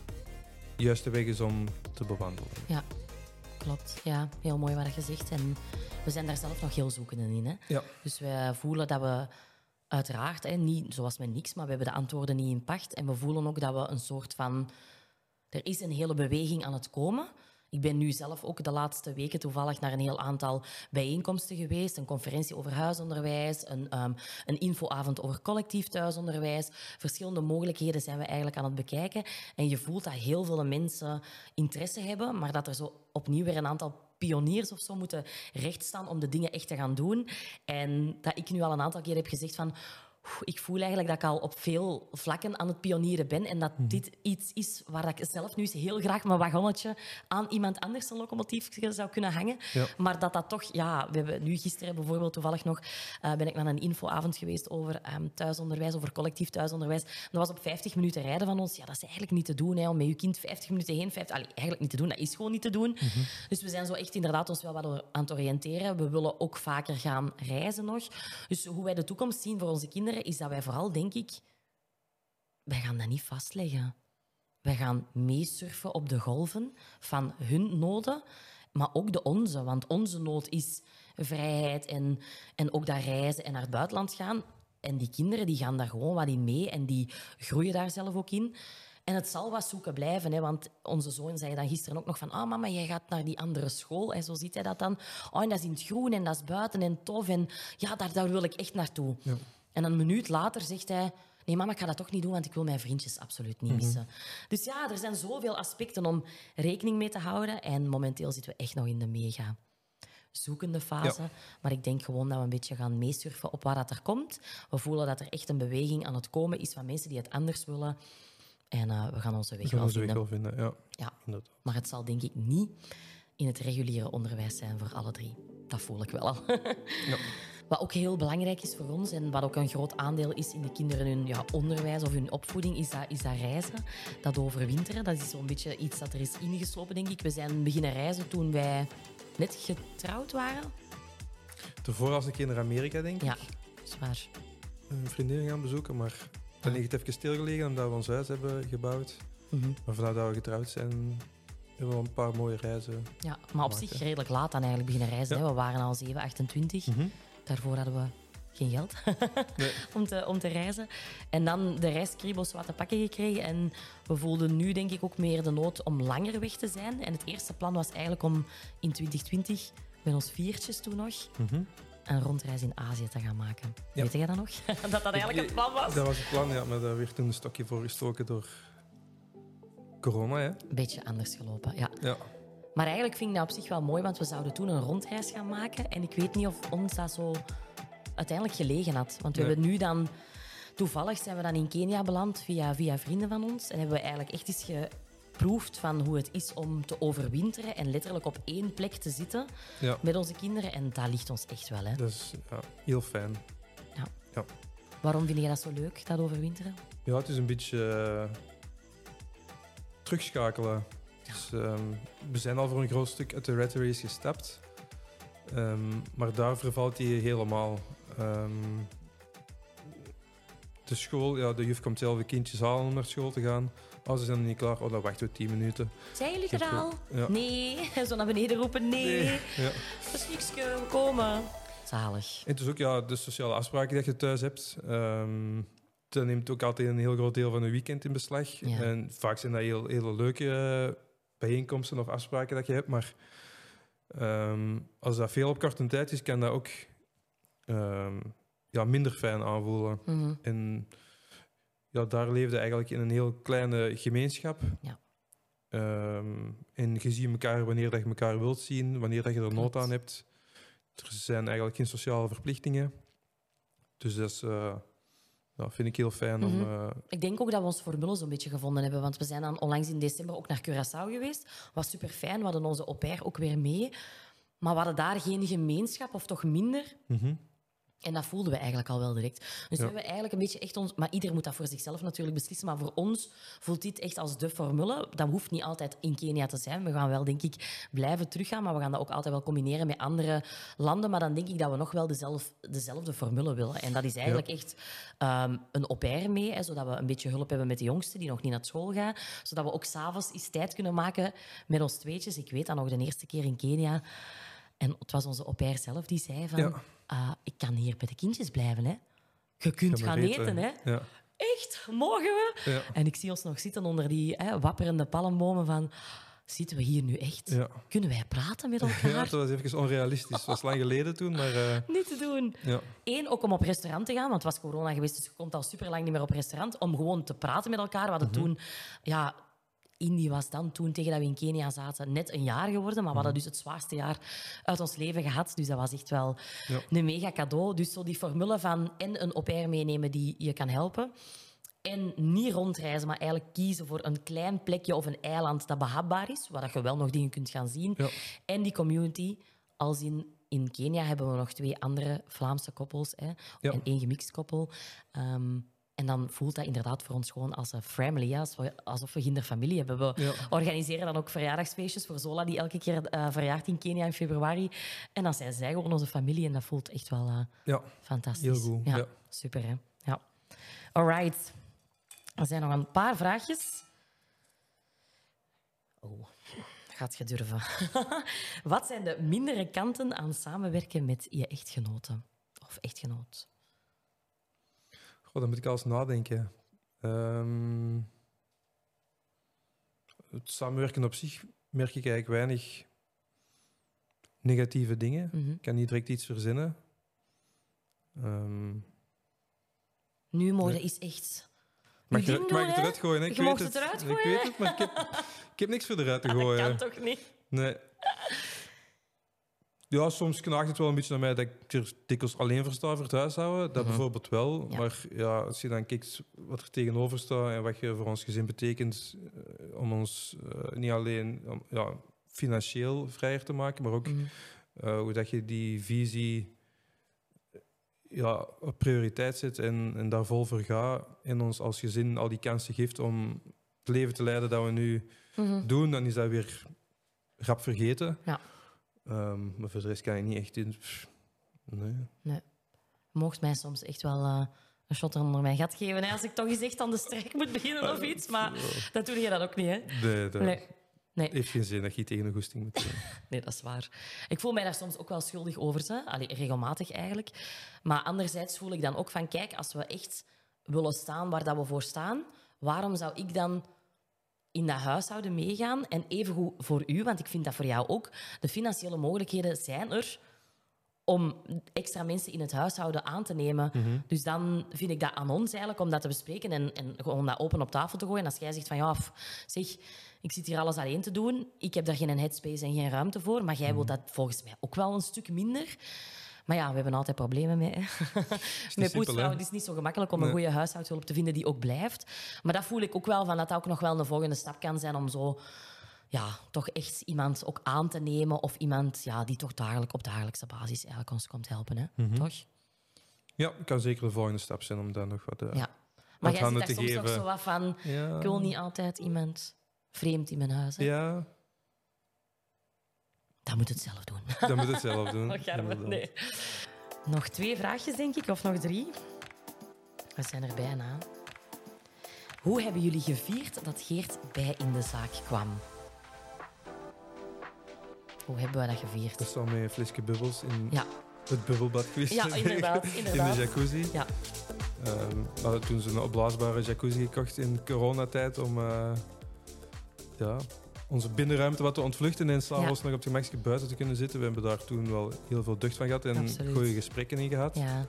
juiste weg is om te bewandelen. Ja, klopt. Ja, heel mooi wat je zegt. En we zijn daar zelf nog heel zoekende in. Hè? Ja. Dus we voelen dat we uiteraard, niet zoals met niks, maar we hebben de antwoorden niet in pacht. En we voelen ook dat we een soort van... Er is een hele beweging aan het komen. Ik ben nu zelf ook de laatste weken toevallig naar een heel aantal bijeenkomsten geweest. Een conferentie over huisonderwijs, een infoavond over collectief thuisonderwijs. Verschillende mogelijkheden zijn we eigenlijk aan het bekijken. En je voelt dat heel veel mensen interesse hebben, maar dat er zo opnieuw weer een aantal pioniers of zo moeten rechtstaan om de dingen echt te gaan doen. En dat ik nu al een aantal keer heb gezegd van... Ik voel eigenlijk dat ik al op veel vlakken aan het pionieren ben en dat dit iets is waar ik zelf nu eens heel graag mijn wagonnetje aan iemand anders een locomotief zou kunnen hangen. Ja. Maar dat toch... Ja, we hebben nu gisteren bijvoorbeeld toevallig nog... ben ik naar een infoavond geweest over thuisonderwijs, over collectief thuisonderwijs. Dat was op 50 minuten rijden van ons. Ja, dat is eigenlijk niet te doen, hè, om met je kind 50 minuten heen... eigenlijk niet te doen, dat is gewoon niet te doen. Dus we zijn zo echt inderdaad ons wel wat aan het oriënteren. We willen ook vaker gaan reizen nog. Dus hoe wij de toekomst zien voor onze kinderen is dat wij vooral, denk ik... Wij gaan dat niet vastleggen. Wij gaan meesurfen op de golven van hun noden, maar ook de onze. Want onze nood is vrijheid en ook dat reizen en naar het buitenland gaan. En die kinderen die gaan daar gewoon wat in mee en die groeien daar zelf ook in. En het zal wat zoeken blijven, hè, want onze zoon zei dan gisteren ook nog van mama, jij gaat naar die andere school. En zo ziet hij dat dan. En dat is in het groen en dat is buiten en tof. En ja, daar wil ik echt naartoe. Ja. En een minuut later zegt hij... Nee, mama, ik ga dat toch niet doen, want ik wil mijn vriendjes absoluut niet missen. Dus ja, er zijn zoveel aspecten om rekening mee te houden. En momenteel zitten we echt nog in de mega zoekende fase. Ja. Maar ik denk gewoon dat we een beetje gaan meesurfen op waar dat er komt. We voelen dat er echt een beweging aan het komen is van mensen die het anders willen. En we gaan onze weg We gaan wel onze weg vinden. wel vinden, ja. Ja. Inderdaad. Maar het zal denk ik niet in het reguliere onderwijs zijn voor alle 3. Dat voel ik wel al. Ja. Wat ook heel belangrijk is voor ons en wat ook een groot aandeel is in de kinderen hun onderwijs of hun opvoeding, is dat reizen, dat overwinteren. Dat is zo'n beetje iets dat er is ingeslopen, denk ik. We zijn beginnen reizen toen wij net getrouwd waren. Tevoren was ik naar Amerika, denk ik. Ja, zwaar. Een vriendin gaan bezoeken, maar dan ligt het even stilgelegen omdat we ons huis hebben gebouwd. Maar vanaf dat we getrouwd zijn, hebben we al een paar mooie reizen. Ja, maar op zich redelijk laat dan eigenlijk beginnen reizen. Ja. Hè. We waren al 7, 28. Daarvoor hadden we geen geld Nee. om te reizen. En dan de reiskriebels wat te pakken gekregen. En we voelden nu denk ik ook meer de nood om langer weg te zijn. En het eerste plan was eigenlijk om in 2020, met ons 4'tjes toen nog, een rondreis in Azië te gaan maken. Ja. Weet jij dat nog? dat eigenlijk het plan was? Dat was het plan, ja. Maar daar werd toen een stokje voor gestoken door corona, hè. Een beetje anders gelopen, ja. Ja. Maar eigenlijk vind ik dat op zich wel mooi, want we zouden toen een rondreis gaan maken. En ik weet niet of ons dat zo uiteindelijk gelegen had. Want we hebben nu dan... Toevallig zijn we dan in Kenia beland via vrienden van ons. En hebben we eigenlijk echt eens geproefd van hoe het is om te overwinteren en letterlijk op één plek te zitten Ja. met onze kinderen. En dat ligt ons echt wel, hè. Dat is heel fijn. Ja. Ja. Waarom vind je dat zo leuk, dat overwinteren? Ja, het is een beetje terugschakelen. Dus, we zijn al voor een groot stuk uit de rat race gestapt. Maar daar vervalt hij helemaal. De school, ja, de juf komt zelf de kindjes halen om naar school te gaan. Als ze zijn nog niet klaar, dan wachten we 10 minuten. Zijn jullie Ik heb er al? ja. Nee. Zo naar beneden roepen, nee. Ja. Dat is niks, we komen. Zalig. En het is ook de sociale afspraken die je thuis hebt. Dat neemt ook altijd een heel groot deel van een weekend in beslag. Ja. En vaak zijn dat hele leuke bijeenkomsten of afspraken dat je hebt. Maar als dat veel op korte tijd is, kan dat ook minder fijn aanvoelen. Mhm. En ja, daar leefde eigenlijk in een heel kleine gemeenschap. Ja. En je ziet elkaar wanneer dat je elkaar wilt zien, wanneer dat je er nood Klopt. aan hebt. Er zijn eigenlijk geen sociale verplichtingen. Dus dat is, vind ik heel fijn om... Ik denk ook dat we ons formule zo'n beetje gevonden hebben. Want we zijn dan onlangs in december ook naar Curaçao geweest. Was super fijn. We hadden onze au pair ook weer mee. Maar we hadden daar geen gemeenschap, of toch minder. En dat voelden we eigenlijk al wel direct. Dus we hebben eigenlijk een beetje echt ons... Maar ieder moet dat voor zichzelf natuurlijk beslissen. Maar voor ons voelt dit echt als de formule. Dat hoeft niet altijd in Kenia te zijn. We gaan wel, denk ik, blijven teruggaan. Maar we gaan dat ook altijd wel combineren met andere landen. Maar dan denk ik dat we nog wel dezelfde formule willen. En dat is eigenlijk echt een au pair mee. Hè, zodat we een beetje hulp hebben met de jongste die nog niet naar school gaan. Zodat we ook s'avonds eens tijd kunnen maken met ons tweetjes. Ik weet dat nog de eerste keer in Kenia... En het was onze au pair zelf die zei van... ik kan hier bij de kindjes blijven, hè. Je kunt gaan eten, hè. Ja. Echt? Mogen we? Ja. En ik zie ons nog zitten onder die wapperende palmbomen van... Zitten we hier nu echt? Ja. Kunnen wij praten met elkaar? Ja, dat was even onrealistisch. Dat was lang geleden toen, maar... Niet te doen. Ja. Eén, ook om op restaurant te gaan, want het was corona geweest, dus je kon al super lang niet meer op restaurant. Om gewoon te praten met elkaar. We hadden toen... Ja, Indie was dan, toen tegen dat we in Kenia zaten, net een jaar geworden. Maar we hadden dus het zwaarste jaar uit ons leven gehad. Dus dat was echt wel een mega cadeau. Dus zo die formule van en een au pair meenemen die je kan helpen. En niet rondreizen, maar eigenlijk kiezen voor een klein plekje of een eiland dat behapbaar is, waar je wel nog dingen kunt gaan zien. Ja. En die community, als in Kenia hebben we nog 2 andere Vlaamse koppels, hè, en 1 gemixt koppel. En dan voelt dat inderdaad voor ons gewoon als een family, ja, alsof we kinderfamilie hebben. We organiseren dan ook verjaardagsfeestjes voor Zola, die elke keer verjaart in Kenia in februari. En dan zijn zij gewoon onze familie en dat voelt echt wel fantastisch. Heel goed. Ja, Ja. super, hè. Ja. All right. Er zijn nog een paar vraagjes. Oh, gaat je durven. Wat zijn de mindere kanten aan samenwerken met je echtgenote of echtgenoot? Goh, dan moet ik al eens nadenken. Het samenwerken op zich merk ik eigenlijk weinig negatieve dingen. Ik kan niet direct iets verzinnen. Nu mogen is echt... Mag ik ding doen, het hè? eruit gooien? Hè? Je mag het eruit gooien. Ik weet het, maar ik heb niks voor eruit te gooien. Dat kan toch niet? Nee. Ja, soms knaagt het wel een beetje naar mij dat ik er dikwijls alleen voor sta voor het huishouden. Dat bijvoorbeeld wel. Ja. Maar ja, als je dan kijkt wat er tegenover staat en wat je voor ons gezin betekent om ons niet alleen financieel vrijer te maken, maar ook hoe dat je die visie op prioriteit zet en daar vol voor gaat en ons als gezin al die kansen geeft om het leven te leiden dat we nu doen, dan is dat weer rap vergeten. Ja. Maar voor de rest kan ik niet echt in... Nee. Je mocht mij soms echt wel een shot onder mijn gat geven, hè, als ik toch eens echt aan de strijk moet beginnen of iets. Maar dat doe je dan ook niet, hè? Nee. Nee. heeft geen zin dat je tegen een goesting moet doen. Nee, dat is waar. Ik voel mij daar soms ook wel schuldig over. Hè? Allee, regelmatig eigenlijk. Maar anderzijds voel ik dan ook van... Kijk, als we echt willen staan waar dat we voor staan... Waarom zou ik dan in dat huishouden meegaan? En evengoed voor u, want ik vind dat voor jou ook. De financiële mogelijkheden zijn er om extra mensen in het huishouden aan te nemen. Dus dan vind ik dat aan ons eigenlijk om dat te bespreken en gewoon dat open op tafel te gooien. Als jij zegt van ja, zeg, ik zit hier alles alleen te doen, ik heb daar geen headspace en geen ruimte voor, maar jij wilt dat volgens mij ook wel een stuk minder. Maar ja, we hebben altijd problemen mee. Met poetsvrouwen. Het is niet zo gemakkelijk om een goede huishoudhulp te vinden die ook blijft. Maar dat voel ik ook wel, van dat ook nog wel een volgende stap kan zijn om zo... Ja, toch echt iemand ook aan te nemen of iemand die toch op dagelijkse basis eigenlijk ons komt helpen. Hè? Toch? Ja, kan zeker de volgende stap zijn om dan nog wat Ja. Maar jij handen zit te daar soms geven. nog zo wat van... Ja. Ik wil niet altijd iemand vreemd in mijn huis. Hè? Ja, Dat moet het zelf doen. dan moet het zelf doen. Garme, nee. Nog 2 vraagjes, denk ik, of nog 3. We zijn er bijna. Hoe hebben jullie gevierd dat Geert bij in de zaak kwam? Hoe hebben we dat gevierd? Dat is al met een flesje bubbels in Ja, het bubbelbad geweest. ja inderdaad. In de jacuzzi. Ja. We hadden toen zo'n opblaasbare jacuzzi gekocht in coronatijd om onze binnenruimte wat te ontvluchten en s'avonds nog op het gemakje buiten te kunnen zitten. We hebben daar toen wel heel veel deugd van gehad en Absoluut. goede gesprekken in gehad. Ja.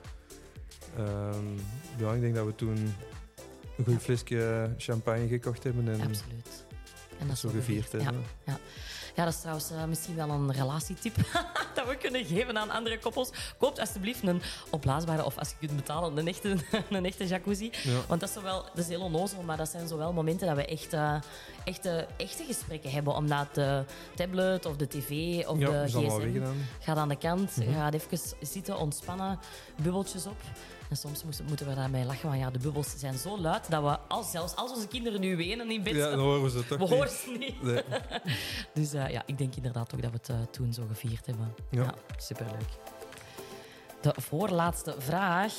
Ik denk dat we toen een goed flesje champagne gekocht hebben en Absoluut. En dat zo is gevierd hebben. Ja. Ja, dat is trouwens misschien wel een relatietip dat we kunnen geven aan andere koppels. Koopt alsjeblieft een opblaasbare, of als je kunt betalen, een echte jacuzzi. Ja. Want dat is heel onnozel, maar dat zijn zowel momenten dat we echte gesprekken hebben. Omdat de tablet of de tv of Ja, de dat is allemaal gsm weggedaan. gaat aan de kant, gaat even zitten, ontspannen, bubbeltjes op. En soms moeten we daarmee lachen, want ja, de bubbels zijn zo luid dat we, zelfs als onze kinderen nu wenen in bed, Ja, dan horen we ze toch we horen ze niet. Nee. Dus ik denk inderdaad ook dat we het toen zo gevierd hebben. Ja. Superleuk. De voorlaatste vraag.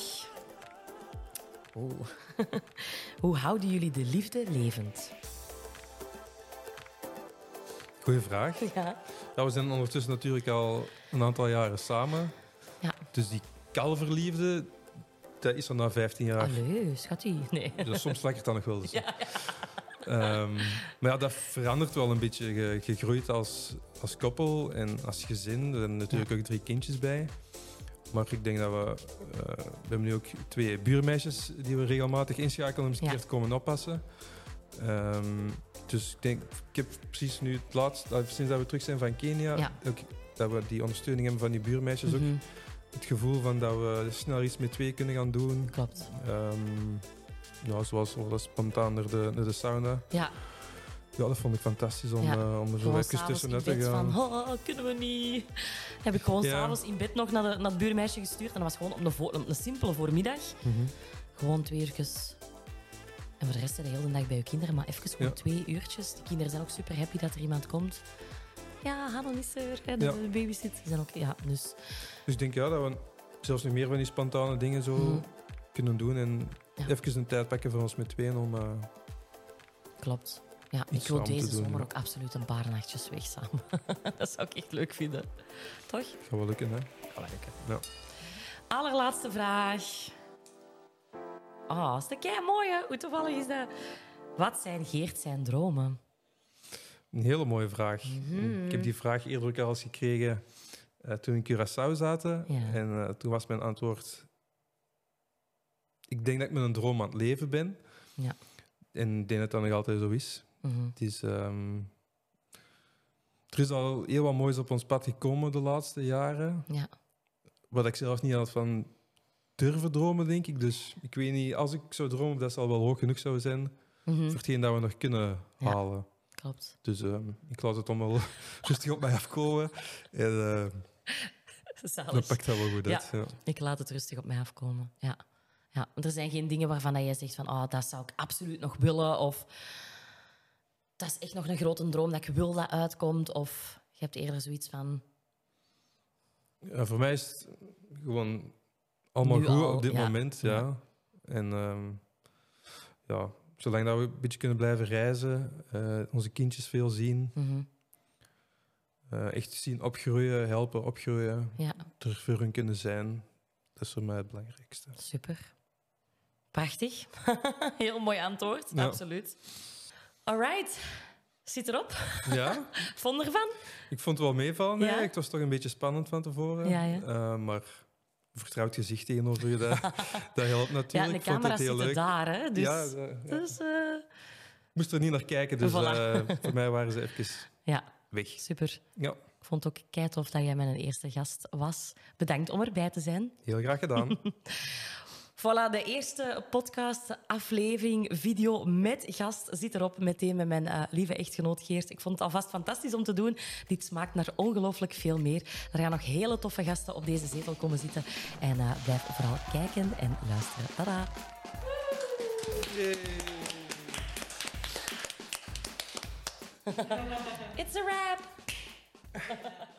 Hoe houden jullie de liefde levend? Goeie vraag. Ja. Ja, we zijn ondertussen natuurlijk al een aantal jaren samen. Ja. Dus die kalverliefde, dat is er na 15 jaar. Allee, schatje. Nee. Dus soms lekker dan nog wel eens. Maar ja, dat verandert wel een beetje. Je groeit als koppel en als gezin. Er zijn natuurlijk ook 3 kindjes bij. Maar ik denk dat we hebben nu ook 2 buurmeisjes die we regelmatig inschakelen om eens een keer te komen oppassen. Dus ik heb precies nu het laatst, sinds dat we terug zijn van Kenia, ook, dat we die ondersteuning hebben van die buurmeisjes ook. Het gevoel van dat we snel iets met 2 kunnen gaan doen. Klopt. Zoals spontaan naar de sauna. Ja. Ja, dat vond ik fantastisch om er zo even tussenuit te gaan. Van, kunnen we niet? Heb ik gewoon s'avonds in bed nog naar het buurmeisje gestuurd. En dat was gewoon op een simpele voormiddag. Gewoon 2 uurtjes. En voor de rest de hele dag bij je kinderen. Maar even gewoon 2 uurtjes. De kinderen zijn ook super happy dat er iemand komt. Ja, Hanan is er. De babysit. Die zijn ook... Ja, dus ik denk dat we zelfs nog meer van die spontane dingen zo kunnen doen. En even een tijd pakken voor ons met 2 om... Klopt. Ja, ik wil deze zomer ook absoluut een paar nachtjes weg samen. Dat zou ik echt leuk vinden. Toch? Gaat wel lukken, hè? Gaat wel lukken. Ja. Allerlaatste vraag. Oh, is dat kei mooi, hè? Hoe toevallig is dat? Wat zijn Geert zijn dromen? Een hele mooie vraag. Ik heb die vraag eerder ook al eens gekregen toen we in Curaçao zaten. Ja. En toen was mijn antwoord... Ik denk dat ik met een droom aan het leven ben. Ja. En ik denk dat dat nog altijd zo is. Het is... er is al heel wat moois op ons pad gekomen de laatste jaren. Ja. Wat ik zelf niet had van durven dromen, denk ik. Dus ik weet niet, als ik zou dromen, dat zal wel hoog genoeg zou zijn voor hetgeen dat we nog kunnen halen. Klopt. Dus ik laat het allemaal rustig op mij afkomen. En dan pakt dat wel goed uit. Ja. Ik laat het rustig op mij afkomen. Ja. Ja, want er zijn geen dingen waarvan jij zegt van dat zou ik absoluut nog willen. Of dat is echt nog een grote droom dat ik wil dat uitkomt. Of je hebt eerder zoiets van... Ja, voor mij is het gewoon allemaal Nu goed al, op dit ja. moment. Ja. En zolang dat we een beetje kunnen blijven reizen, onze kindjes veel zien, echt zien opgroeien, helpen opgroeien, er voor hun kunnen zijn, dat is voor mij het belangrijkste. Super. Prachtig. Heel mooi antwoord, absoluut. All right. Zit erop? Ja. Vond ervan? Ik vond het wel meevallen. Ja? Het was toch een beetje spannend van tevoren. Ja. Maar een vertrouwd gezicht tegenover je, dat helpt natuurlijk. Ja, de camera's zitten daar, hè? Dus, dus ik moest er niet naar kijken, dus voor mij waren ze even weg. Super. Ja. Ik vond het ook keitof dat jij mijn eerste gast was. Bedankt om erbij te zijn. Heel graag gedaan. Voilà, de eerste podcast-aflevering, video met gast zit erop. Meteen met mijn lieve echtgenoot Geert. Ik vond het alvast fantastisch om te doen. Dit smaakt naar ongelooflijk veel meer. Er gaan nog hele toffe gasten op deze zetel komen zitten. En blijf vooral kijken en luisteren. Tada! It's a wrap!